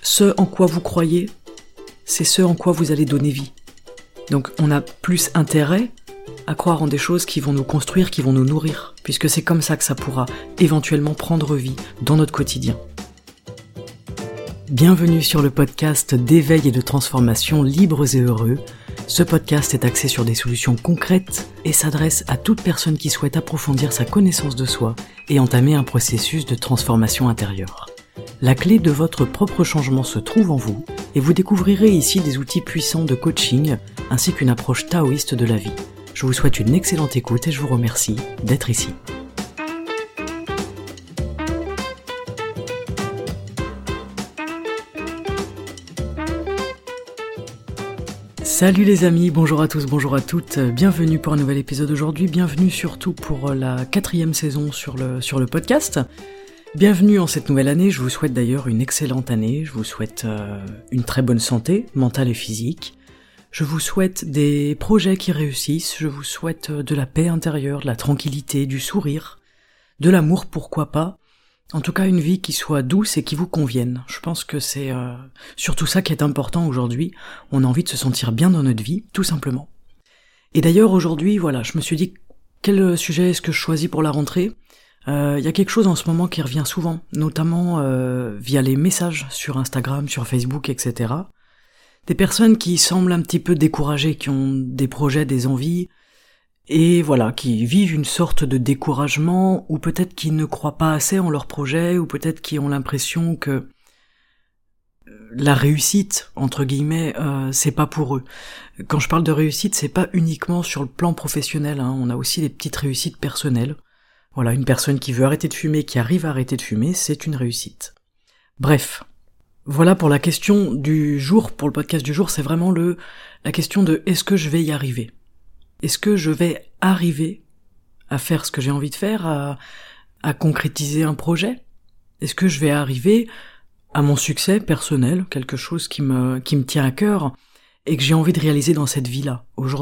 ce en quoi vous croyez, c'est ce en quoi vous allez donner vie. Donc on a plus intérêt à croire en des choses qui vont nous construire, qui vont nous nourrir, puisque c'est comme ça que ça pourra éventuellement prendre vie dans notre quotidien. Bienvenue sur le podcast d'éveil et de transformation libres et heureux. Ce podcast est axé sur des solutions concrètes et s'adresse à toute personne qui souhaite approfondir sa connaissance de soi et entamer un processus de transformation intérieure. La clé de votre propre changement se trouve en vous et vous découvrirez ici des outils puissants de coaching ainsi qu'une approche taoïste de la vie. Je vous souhaite une excellente écoute et je vous remercie d'être ici. Salut les amis, bonjour à tous, bonjour à toutes, bienvenue pour un nouvel épisode aujourd'hui, bienvenue surtout pour la 4e saison sur le podcast. Bienvenue en cette nouvelle année, je vous souhaite d'ailleurs une excellente année, je vous souhaite une très bonne santé, mentale et physique. Je vous souhaite des projets qui réussissent, je vous souhaite de la paix intérieure, de la tranquillité, du sourire, de l'amour pourquoi pas. En tout cas une vie qui soit douce et qui vous convienne. Je pense que c'est surtout ça qui est important aujourd'hui. On a envie de se sentir bien dans notre vie, tout simplement. Et d'ailleurs aujourd'hui, voilà, je me suis dit quel sujet est-ce que je choisis pour la rentrée. Y a quelque chose en ce moment qui revient souvent, notamment via les messages sur Instagram, sur Facebook, etc. Des personnes qui semblent un petit peu découragées, qui ont des projets, des envies, et voilà, qui vivent une sorte de découragement, ou peut-être qui ne croient pas assez en leur projet, ou peut-être qui ont l'impression que la réussite, entre guillemets, c'est pas pour eux. Quand je parle de réussite, c'est pas uniquement sur le plan professionnel, hein, on a aussi des petites réussites personnelles. Voilà, une personne qui veut arrêter de fumer, qui arrive à arrêter de fumer, c'est une réussite. Bref, voilà pour la question du jour, pour le podcast du jour, c'est vraiment la question de est-ce que je vais y arriver ? Est-ce que je vais arriver à faire ce que j'ai envie de faire, à concrétiser un projet ? Est-ce que je vais arriver à mon succès personnel, quelque chose qui me tient à cœur et que j'ai envie de réaliser dans cette vie-là, aujourd'hui ?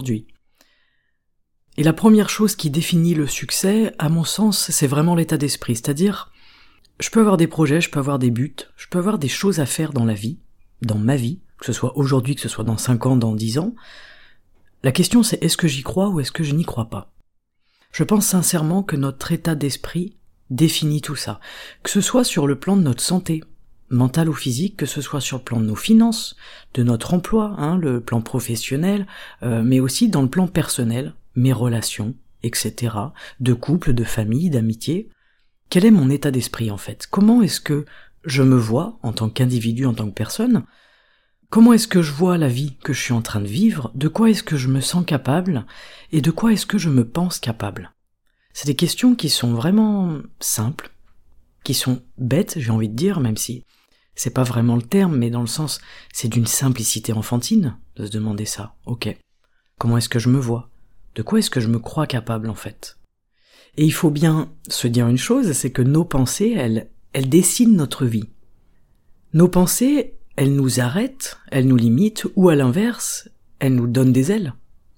Et la première chose qui définit le succès, à mon sens, c'est vraiment l'état d'esprit, c'est-à-dire, je peux avoir des projets, je peux avoir des buts, je peux avoir des choses à faire dans la vie, dans ma vie, que ce soit aujourd'hui, que ce soit dans 5 ans, dans 10 ans. La question c'est est-ce que j'y crois ou est-ce que je n'y crois pas ? Je pense sincèrement que notre état d'esprit définit tout ça, que ce soit sur le plan de notre santé, mentale ou physique, que ce soit sur le plan de nos finances, de notre emploi, le plan professionnel, mais aussi dans le plan personnel, mes relations, etc., de couple, de famille, d'amitié. Quel est mon état d'esprit en fait ? Comment est-ce que je me vois en tant qu'individu, en tant que personne ? Comment est-ce que je vois la vie que je suis en train de vivre ? De quoi est-ce que je me sens capable ? Et de quoi est-ce que je me pense capable ? C'est des questions qui sont vraiment simples, qui sont bêtes, j'ai envie de dire, même si c'est pas vraiment le terme, mais dans le sens, c'est d'une simplicité enfantine de se demander ça. Ok. Comment est-ce que je me vois ? De quoi est-ce que je me crois capable en fait ? Et il faut bien se dire une chose, c'est que nos pensées, elles dessinent notre vie. Nos pensées, elles nous arrêtent, elles nous limitent, ou à l'inverse, elles nous donnent des ailes.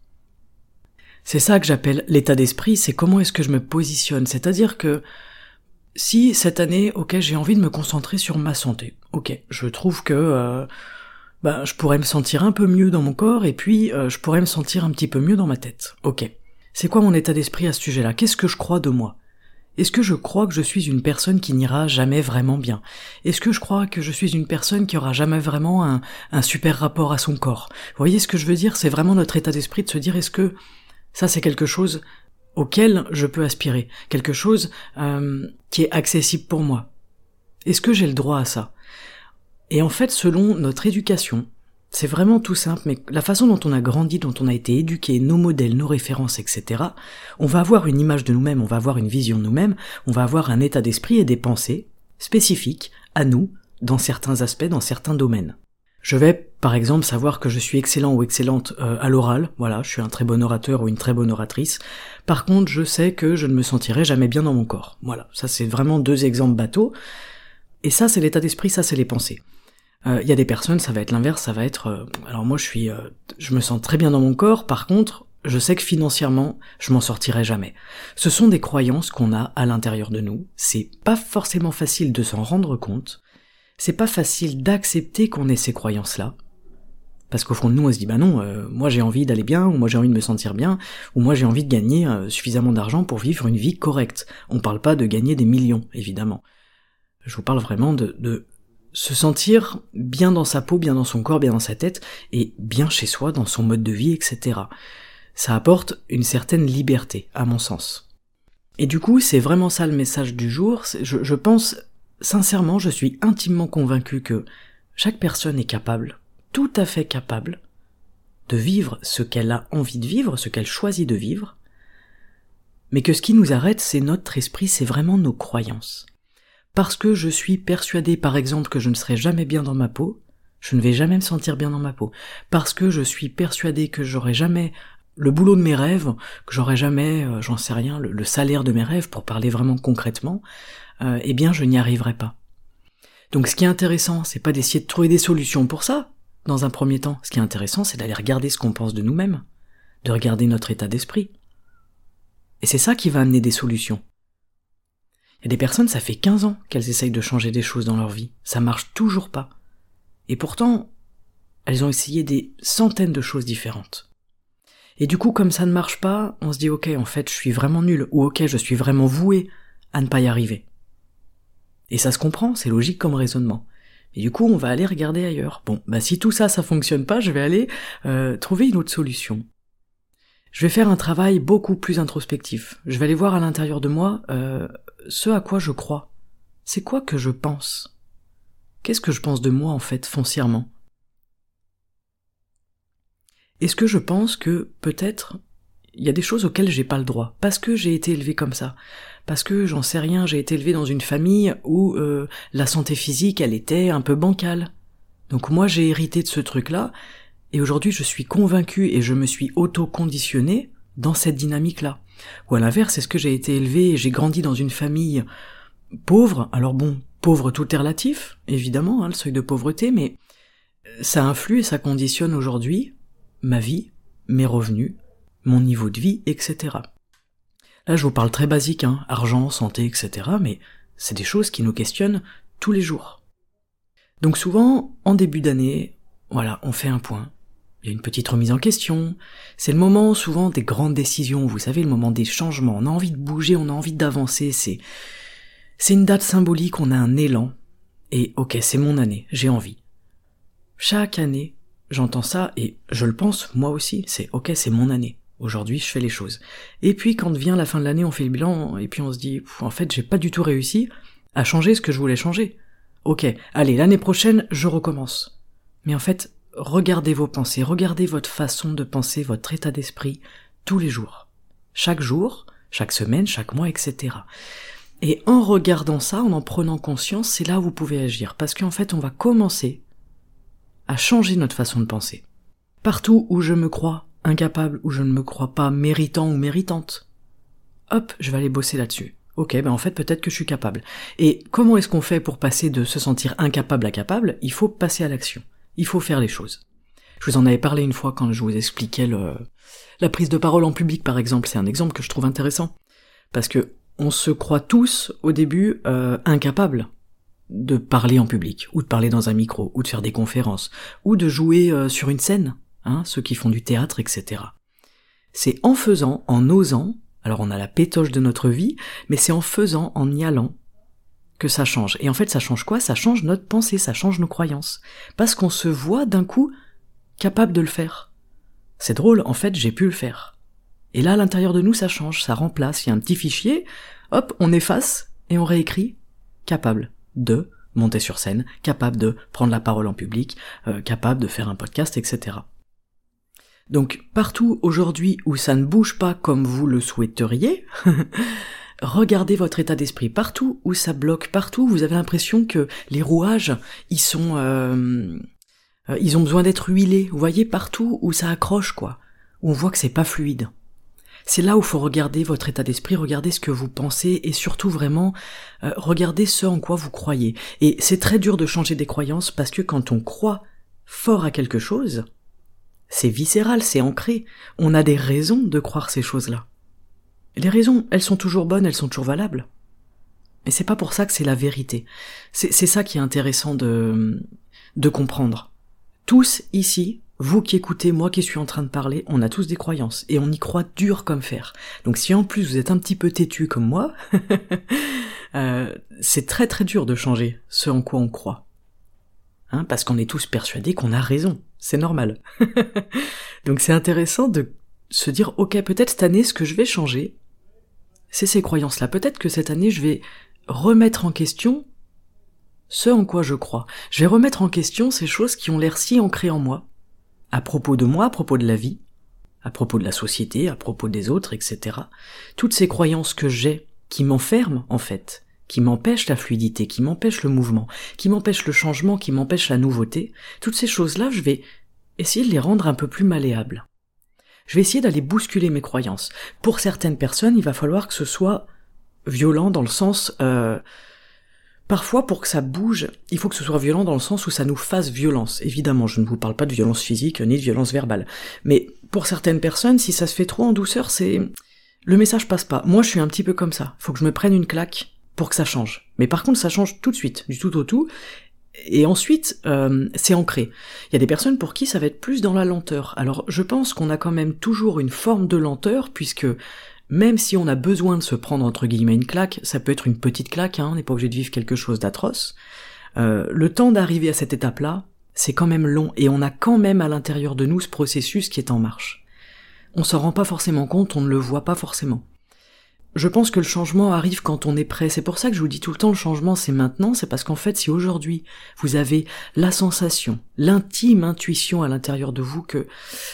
C'est ça que j'appelle l'état d'esprit, c'est comment est-ce que je me positionne, c'est-à-dire que si cette année, ok, j'ai envie de me concentrer sur ma santé, ok, je trouve que je pourrais me sentir un peu mieux dans mon corps, et puis je pourrais me sentir un petit peu mieux dans ma tête, ok. C'est quoi mon état d'esprit à ce sujet-là ? Qu'est-ce que je crois de moi ? Est-ce que je crois que je suis une personne qui n'ira jamais vraiment bien ? Est-ce que je crois que je suis une personne qui aura jamais vraiment un super rapport à son corps ? Vous voyez ce que je veux dire ? C'est vraiment notre état d'esprit de se dire est-ce que ça c'est quelque chose auquel je peux aspirer ? Quelque chose qui est accessible pour moi ? Est-ce que j'ai le droit à ça ? Et en fait, selon notre éducation, c'est vraiment tout simple, mais la façon dont on a grandi, dont on a été éduqué, nos modèles, nos références, etc., on va avoir une image de nous-mêmes, on va avoir une vision de nous-mêmes, on va avoir un état d'esprit et des pensées spécifiques à nous, dans certains aspects, dans certains domaines. Je vais, par exemple, savoir que je suis excellent ou excellente à l'oral, voilà, je suis un très bon orateur ou une très bonne oratrice. Par contre, je sais que je ne me sentirai jamais bien dans mon corps. Voilà, ça c'est vraiment 2 exemples bateaux. Et ça, c'est l'état d'esprit, ça c'est les pensées. Y a des personnes, ça va être l'inverse, ça va être... alors moi je me sens très bien dans mon corps, par contre, je sais que financièrement, je m'en sortirai jamais. Ce sont des croyances qu'on a à l'intérieur de nous, c'est pas forcément facile de s'en rendre compte, c'est pas facile d'accepter qu'on ait ces croyances-là. Parce qu'au fond de nous, on se dit, bah non, moi j'ai envie d'aller bien, ou moi j'ai envie de me sentir bien, ou moi j'ai envie de gagner suffisamment d'argent pour vivre une vie correcte. On parle pas de gagner des millions, évidemment. Je vous parle vraiment de se sentir bien dans sa peau, bien dans son corps, bien dans sa tête, et bien chez soi, dans son mode de vie, etc. Ça apporte une certaine liberté, à mon sens. Et du coup, c'est vraiment ça le message du jour. Je pense, sincèrement, je suis intimement convaincu que chaque personne est capable, tout à fait capable, de vivre ce qu'elle a envie de vivre, ce qu'elle choisit de vivre, mais que ce qui nous arrête, c'est notre esprit, c'est vraiment nos croyances. Parce que je suis persuadé, par exemple, que je ne serai jamais bien dans ma peau, je ne vais jamais me sentir bien dans ma peau. Parce que je suis persuadé que j'aurai jamais le boulot de mes rêves, que j'aurai jamais, j'en sais rien, le salaire de mes rêves, pour parler vraiment concrètement, eh bien je n'y arriverai pas. Donc ce qui est intéressant, c'est pas d'essayer de trouver des solutions pour ça, dans un premier temps. Ce qui est intéressant, c'est d'aller regarder ce qu'on pense de nous-mêmes, de regarder notre état d'esprit. Et c'est ça qui va amener des solutions. Il y a des personnes, ça fait 15 ans qu'elles essayent de changer des choses dans leur vie. Ça marche toujours pas. Et pourtant, elles ont essayé des centaines de choses différentes. Et du coup, comme ça ne marche pas, on se dit ok, en fait, je suis vraiment nul, ou ok, je suis vraiment voué à ne pas y arriver. Et ça se comprend, c'est logique comme raisonnement. Et du coup, on va aller regarder ailleurs. Bon, bah si tout ça fonctionne pas, je vais aller trouver une autre solution. Je vais faire un travail beaucoup plus introspectif. Je vais aller voir à l'intérieur de moi ce à quoi je crois. C'est quoi que je pense ? Qu'est-ce que je pense de moi, en fait, foncièrement ? Est-ce que je pense que, peut-être, il y a des choses auxquelles j'ai pas le droit, parce que j'ai été élevé comme ça, parce que, j'en sais rien, j'ai été élevé dans une famille où la santé physique, elle était un peu bancale. Donc moi, j'ai hérité de ce truc-là, et aujourd'hui, je suis convaincu et je me suis auto-conditionné dans cette dynamique-là. Ou à l'inverse, est-ce que j'ai été élevé et j'ai grandi dans une famille pauvre ? Alors bon, pauvre tout est relatif, évidemment, le seuil de pauvreté, mais ça influe et ça conditionne aujourd'hui ma vie, mes revenus, mon niveau de vie, etc. Là, je vous parle très basique, argent, santé, etc., mais c'est des choses qui nous questionnent tous les jours. Donc souvent, en début d'année, voilà, on fait un point. Il y a une petite remise en question. C'est le moment, souvent, des grandes décisions, vous savez, le moment des changements. On a envie de bouger, on a envie d'avancer, c'est une date symbolique, on a un élan. Et ok, c'est mon année, j'ai envie. Chaque année, j'entends ça, et je le pense, moi aussi, c'est ok, c'est mon année. Aujourd'hui, je fais les choses. Et puis, quand vient la fin de l'année, on fait le bilan, et puis on se dit, en fait, j'ai pas du tout réussi à changer ce que je voulais changer. Ok, allez, l'année prochaine, je recommence. Mais en fait, regardez vos pensées, regardez votre façon de penser, votre état d'esprit, tous les jours. Chaque jour, chaque semaine, chaque mois, etc. Et en regardant ça, en prenant conscience, c'est là où vous pouvez agir. Parce qu'en fait, on va commencer à changer notre façon de penser. Partout où je me crois incapable, où je ne me crois pas méritant ou méritante, hop, je vais aller bosser là-dessus. Ok, en fait, peut-être que je suis capable. Et comment est-ce qu'on fait pour passer de se sentir incapable à capable ? Il faut passer à l'action. Il faut faire les choses. Je vous en avais parlé une fois quand je vous expliquais la prise de parole en public, par exemple. C'est un exemple que je trouve intéressant. Parce que on se croit tous, au début, incapables de parler en public, ou de parler dans un micro, ou de faire des conférences, ou de jouer sur une scène, ceux qui font du théâtre, etc. C'est en faisant, en osant, alors on a la pétoche de notre vie, mais c'est en faisant, en y allant, que ça change. Et en fait, ça change quoi ? Ça change notre pensée, ça change nos croyances. Parce qu'on se voit d'un coup capable de le faire. C'est drôle, en fait, j'ai pu le faire. Et là, à l'intérieur de nous, ça change, ça remplace, il y a un petit fichier, hop, on efface, et on réécrit, capable de monter sur scène, capable de prendre la parole en public, capable de faire un podcast, etc. Donc, partout aujourd'hui où ça ne bouge pas comme vous le souhaiteriez, regardez votre état d'esprit. Partout où ça bloque, partout où vous avez l'impression que les rouages, ils ont besoin d'être huilés. Vous voyez, partout où ça accroche, quoi. Où on voit que c'est pas fluide. C'est là où il faut regarder votre état d'esprit, regarder ce que vous pensez et surtout vraiment regarder ce en quoi vous croyez. Et c'est très dur de changer des croyances parce que quand on croit fort à quelque chose, c'est viscéral, c'est ancré. On a des raisons de croire ces choses-là. Les raisons, elles sont toujours bonnes, elles sont toujours valables. Et c'est pas pour ça que c'est la vérité. C'est ça qui est intéressant de comprendre. Tous ici, vous qui écoutez, moi qui suis en train de parler, on a tous des croyances, et on y croit dur comme fer. Donc si en plus vous êtes un petit peu têtu comme moi, c'est très très dur de changer ce en quoi on croit. Parce qu'on est tous persuadés qu'on a raison, c'est normal. Donc c'est intéressant de se dire, ok, peut-être cette année, ce que je vais changer, c'est ces croyances-là. Peut-être que cette année, je vais remettre en question ce en quoi je crois. Je vais remettre en question ces choses qui ont l'air si ancrées en moi, à propos de la vie, à propos de la société, à propos des autres, etc. Toutes ces croyances que j'ai, qui m'enferment, en fait, qui m'empêchent la fluidité, qui m'empêchent le mouvement, qui m'empêchent le changement, qui m'empêchent la nouveauté, toutes ces choses-là, je vais essayer de les rendre un peu plus malléables. Je vais essayer d'aller bousculer mes croyances. Pour certaines personnes, il va falloir que ce soit violent dans le sens... Parfois, pour que ça bouge, il faut que ce soit violent dans le sens où ça nous fasse violence. Évidemment, je ne vous parle pas de violence physique ni de violence verbale. Mais pour certaines personnes, si ça se fait trop en douceur, le message passe pas. Moi, je suis un petit peu comme ça. Faut que je me prenne une claque pour que ça change. Mais par contre, ça change tout de suite, du tout au tout. Et ensuite, c'est ancré. Il y a des personnes pour qui ça va être plus dans la lenteur. Alors, je pense qu'on a quand même toujours une forme de lenteur, puisque même si on a besoin de se prendre entre guillemets une claque, ça peut être une petite claque, on n'est pas obligé de vivre quelque chose d'atroce. Le temps d'arriver à cette étape-là, c'est quand même long, et on a quand même à l'intérieur de nous ce processus qui est en marche. On s'en rend pas forcément compte, on ne le voit pas forcément. Je pense que le changement arrive quand on est prêt. C'est pour ça que je vous dis tout le temps le changement c'est maintenant, c'est parce qu'en fait si aujourd'hui vous avez la sensation, l'intime intuition à l'intérieur de vous que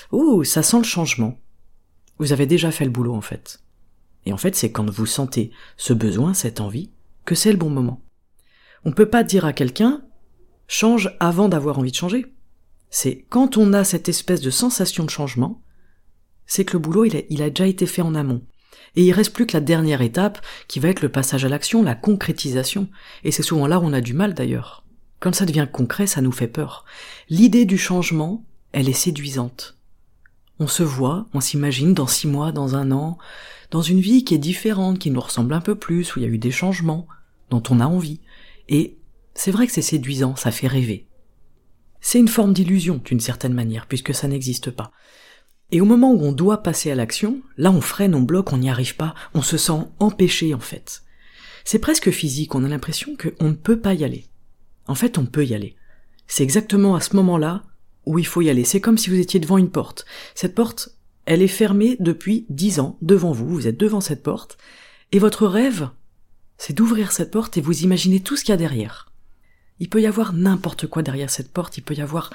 ça sent le changement, vous avez déjà fait le boulot en fait. Et en fait c'est quand vous sentez ce besoin, cette envie, que c'est le bon moment. On peut pas dire à quelqu'un change avant d'avoir envie de changer. C'est quand on a cette espèce de sensation de changement, c'est que le boulot il a déjà été fait en amont. Et il reste plus que la dernière étape, qui va être le passage à l'action, la concrétisation. Et c'est souvent là où on a du mal d'ailleurs. Quand ça devient concret, ça nous fait peur. L'idée du changement, elle est séduisante. On se voit, on s'imagine dans 6 mois, dans 1 an, dans une vie qui est différente, qui nous ressemble un peu plus, où il y a eu des changements, dont on a envie. Et c'est vrai que c'est séduisant, ça fait rêver. C'est une forme d'illusion, d'une certaine manière, puisque ça n'existe pas. Et au moment où on doit passer à l'action, là on freine, on bloque, on n'y arrive pas, on se sent empêché en fait. C'est presque physique, on a l'impression qu'on ne peut pas y aller. En fait, on peut y aller. C'est exactement à ce moment-là où il faut y aller. C'est comme si vous étiez devant une porte. Cette porte, elle est fermée depuis 10 ans devant vous, vous êtes devant cette porte, et votre rêve, c'est d'ouvrir cette porte et vous imaginez tout ce qu'il y a derrière. Il peut y avoir n'importe quoi derrière cette porte, il peut y avoir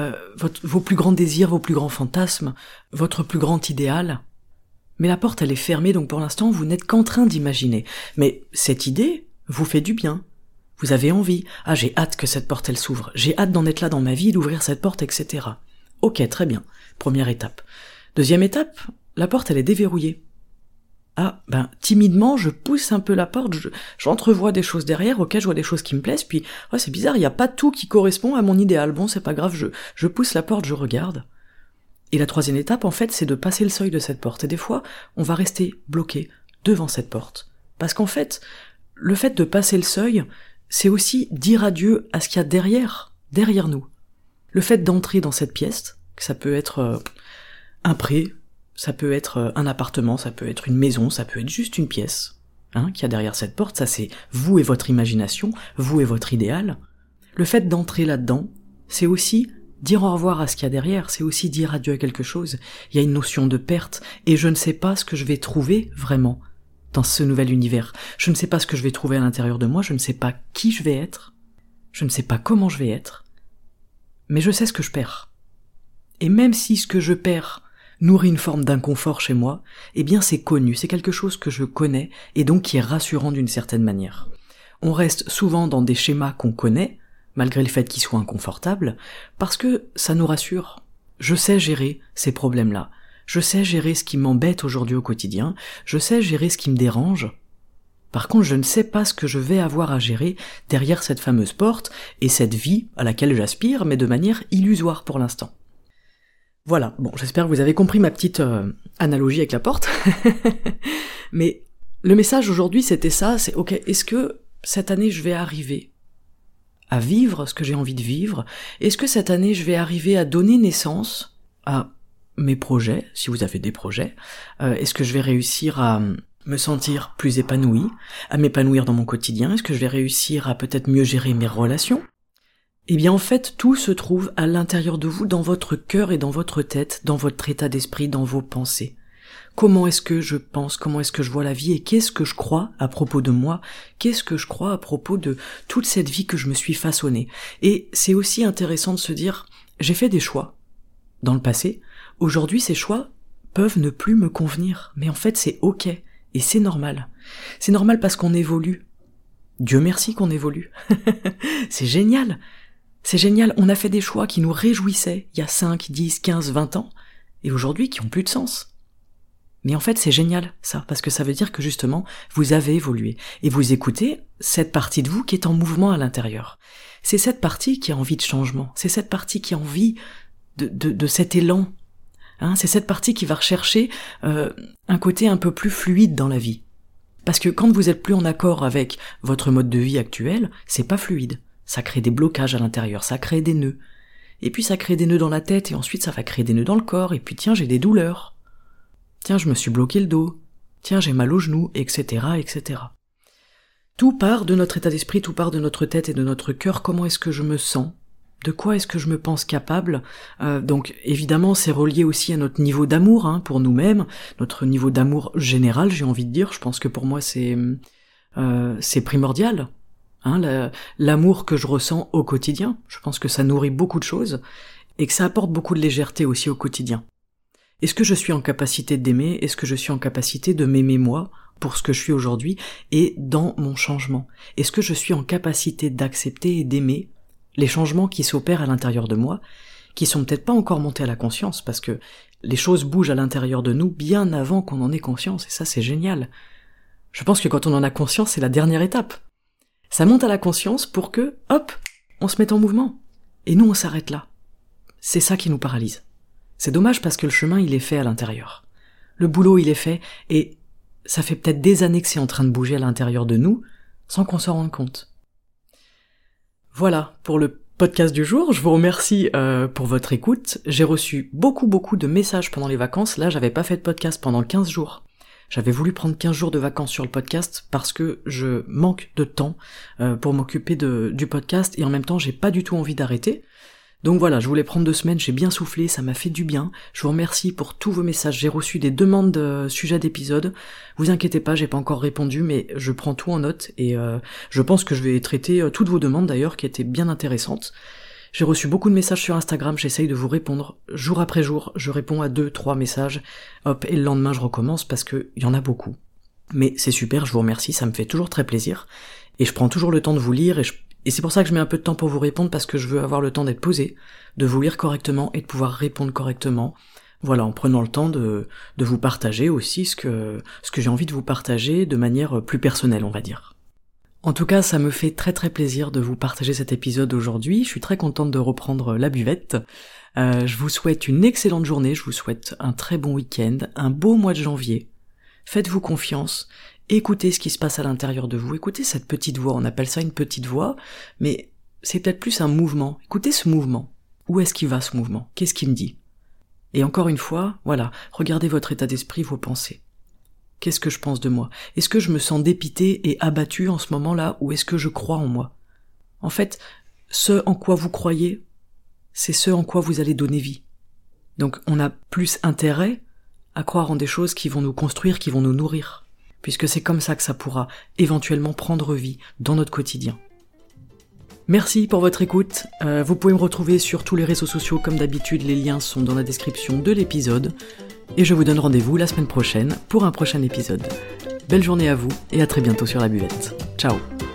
vos plus grands désirs, vos plus grands fantasmes, votre plus grand idéal. Mais la porte, elle est fermée, donc pour l'instant, vous n'êtes qu'en train d'imaginer. Mais cette idée vous fait du bien. Vous avez envie. Ah, j'ai hâte que cette porte, elle s'ouvre. J'ai hâte d'en être là dans ma vie, d'ouvrir cette porte, etc. Ok, très bien. Première étape. Deuxième étape, la porte, elle est déverrouillée. Ah, timidement, je pousse un peu la porte, j'entrevois des choses derrière, ok, je vois des choses qui me plaisent, puis, c'est bizarre, il n'y a pas tout qui correspond à mon idéal, bon, c'est pas grave, je pousse la porte, je regarde. Et la troisième étape, en fait, c'est de passer le seuil de cette porte, et des fois, on va rester bloqué devant cette porte. Parce qu'en fait, le fait de passer le seuil, c'est aussi dire adieu à ce qu'il y a derrière nous. Le fait d'entrer dans cette pièce, que ça peut être un pré, ça peut être un appartement, ça peut être une maison, ça peut être juste une pièce, qu'il y a derrière cette porte, ça c'est vous et votre imagination, vous et votre idéal. Le fait d'entrer là-dedans, c'est aussi dire au revoir à ce qu'il y a derrière, c'est aussi dire adieu à quelque chose. Il y a une notion de perte, et je ne sais pas ce que je vais trouver vraiment dans ce nouvel univers. Je ne sais pas ce que je vais trouver à l'intérieur de moi, je ne sais pas qui je vais être, je ne sais pas comment je vais être, mais je sais ce que je perds. Et même si ce que je perds nourrit une forme d'inconfort chez moi, eh bien c'est connu, c'est quelque chose que je connais et donc qui est rassurant d'une certaine manière. On reste souvent dans des schémas qu'on connaît, malgré le fait qu'ils soient inconfortables, parce que ça nous rassure. Je sais gérer ces problèmes-là, je sais gérer ce qui m'embête aujourd'hui au quotidien, je sais gérer ce qui me dérange. Par contre, je ne sais pas ce que je vais avoir à gérer derrière cette fameuse porte et cette vie à laquelle j'aspire, mais de manière illusoire pour l'instant. Voilà, bon, j'espère que vous avez compris ma petite analogie avec la porte. Mais Le message aujourd'hui, c'était ça, c'est ok, est-ce que cette année je vais arriver à vivre ce que j'ai envie de vivre? Est-ce que cette année je vais arriver à donner naissance à mes projets, si vous avez des projets? Est-ce que je vais réussir à me sentir plus épanoui, à m'épanouir dans mon quotidien? Est-ce que je vais réussir à peut-être mieux gérer mes relations? Eh bien en fait, tout se trouve à l'intérieur de vous, dans votre cœur et dans votre tête, dans votre état d'esprit, dans vos pensées. Comment est-ce que je pense, comment est-ce que je vois la vie et qu'est-ce que je crois à propos de moi, qu'est-ce que je crois à propos de toute cette vie que je me suis façonnée. Et c'est aussi intéressant de se dire, j'ai fait des choix dans le passé, aujourd'hui ces choix peuvent ne plus me convenir, mais en fait c'est ok, et c'est normal. C'est normal parce qu'on évolue. Dieu merci qu'on évolue. C'est génial. C'est génial, on a fait des choix qui nous réjouissaient il y a 5, 10, 15, 20 ans, et aujourd'hui qui ont plus de sens. Mais en fait, c'est génial, ça, parce que ça veut dire que justement, vous avez évolué. Et vous écoutez cette partie de vous qui est en mouvement à l'intérieur. C'est cette partie qui a envie de changement. C'est cette partie qui a envie de cet élan. C'est cette partie qui va rechercher un côté un peu plus fluide dans la vie. Parce que quand vous êtes plus en accord avec votre mode de vie actuel, c'est pas fluide. Ça crée des blocages à l'intérieur, ça crée des nœuds. Et puis ça crée des nœuds dans la tête, et ensuite ça va créer des nœuds dans le corps, et puis tiens, j'ai des douleurs. Tiens, je me suis bloqué le dos. Tiens, j'ai mal aux genoux, etc., etc. Tout part de notre état d'esprit, tout part de notre tête et de notre cœur. Comment est-ce que je me sens? De quoi est-ce que je me pense capable? Donc, évidemment, c'est relié aussi à notre niveau d'amour, pour nous-mêmes, notre niveau d'amour général, j'ai envie de dire. Je pense que pour moi, c'est primordial. L'amour que je ressens au quotidien. Je pense que ça nourrit beaucoup de choses et que ça apporte beaucoup de légèreté aussi au quotidien. Est-ce que je suis en capacité d'aimer? Est-ce que je suis en capacité de m'aimer moi pour ce que je suis aujourd'hui et dans mon changement? Est-ce que je suis en capacité d'accepter et d'aimer les changements qui s'opèrent à l'intérieur de moi, qui sont peut-être pas encore montés à la conscience, parce que les choses bougent à l'intérieur de nous bien avant qu'on en ait conscience, et ça c'est génial. Je pense que quand on en a conscience, c'est la dernière étape. Ça monte à la conscience pour que, hop, on se mette en mouvement. Et nous on s'arrête là. C'est ça qui nous paralyse. C'est dommage parce que le chemin, il est fait à l'intérieur. Le boulot, il est fait, et ça fait peut-être des années que c'est en train de bouger à l'intérieur de nous, sans qu'on s'en rende compte. Voilà pour le podcast du jour. Je vous remercie pour votre écoute. J'ai reçu beaucoup de messages pendant les vacances. Là, j'avais pas fait de podcast pendant 15 jours. J'avais voulu prendre 15 jours de vacances sur le podcast parce que je manque de temps pour m'occuper du podcast, et en même temps, j'ai pas du tout envie d'arrêter. Donc voilà, je voulais prendre 2 semaines, j'ai bien soufflé, ça m'a fait du bien. Je vous remercie pour tous vos messages, j'ai reçu des demandes de sujets d'épisodes. Vous inquiétez pas, j'ai pas encore répondu, mais je prends tout en note, et je pense que je vais traiter toutes vos demandes d'ailleurs, qui étaient bien intéressantes. J'ai reçu beaucoup de messages sur Instagram, j'essaye de vous répondre jour après jour, je réponds à 2-3 messages, hop, et le lendemain je recommence parce que y en a beaucoup. Mais c'est super, je vous remercie, ça me fait toujours très plaisir, et je prends toujours le temps de vous lire, et c'est pour ça que je mets un peu de temps pour vous répondre, parce que je veux avoir le temps d'être posé, de vous lire correctement et de pouvoir répondre correctement. Voilà, en prenant le temps de vous partager aussi ce que j'ai envie de vous partager de manière plus personnelle, on va dire. En tout cas, ça me fait très très plaisir de vous partager cet épisode aujourd'hui. Je suis très contente de reprendre la buvette. Je vous souhaite une excellente journée, je vous souhaite un très bon week-end, un beau mois de janvier. Faites-vous confiance. Écoutez ce qui se passe à l'intérieur de vous, écoutez cette petite voix, on appelle ça une petite voix, mais c'est peut-être plus un mouvement. Écoutez ce mouvement. Où est-ce qu'il va ce mouvement? Qu'est-ce qu'il me dit? Et encore une fois, voilà, regardez votre état d'esprit, vos pensées. Qu'est-ce que je pense de moi? Est-ce que je me sens dépité et abattu en ce moment-là, ou est-ce que je crois en moi? En fait, ce en quoi vous croyez, c'est ce en quoi vous allez donner vie. Donc on a plus intérêt à croire en des choses qui vont nous construire, qui vont nous nourrir. Puisque c'est comme ça que ça pourra éventuellement prendre vie dans notre quotidien. Merci pour votre écoute, vous pouvez me retrouver sur tous les réseaux sociaux comme d'habitude, les liens sont dans la description de l'épisode, et je vous donne rendez-vous la semaine prochaine pour un prochain épisode. Belle journée à vous, et à très bientôt sur la buvette. Ciao.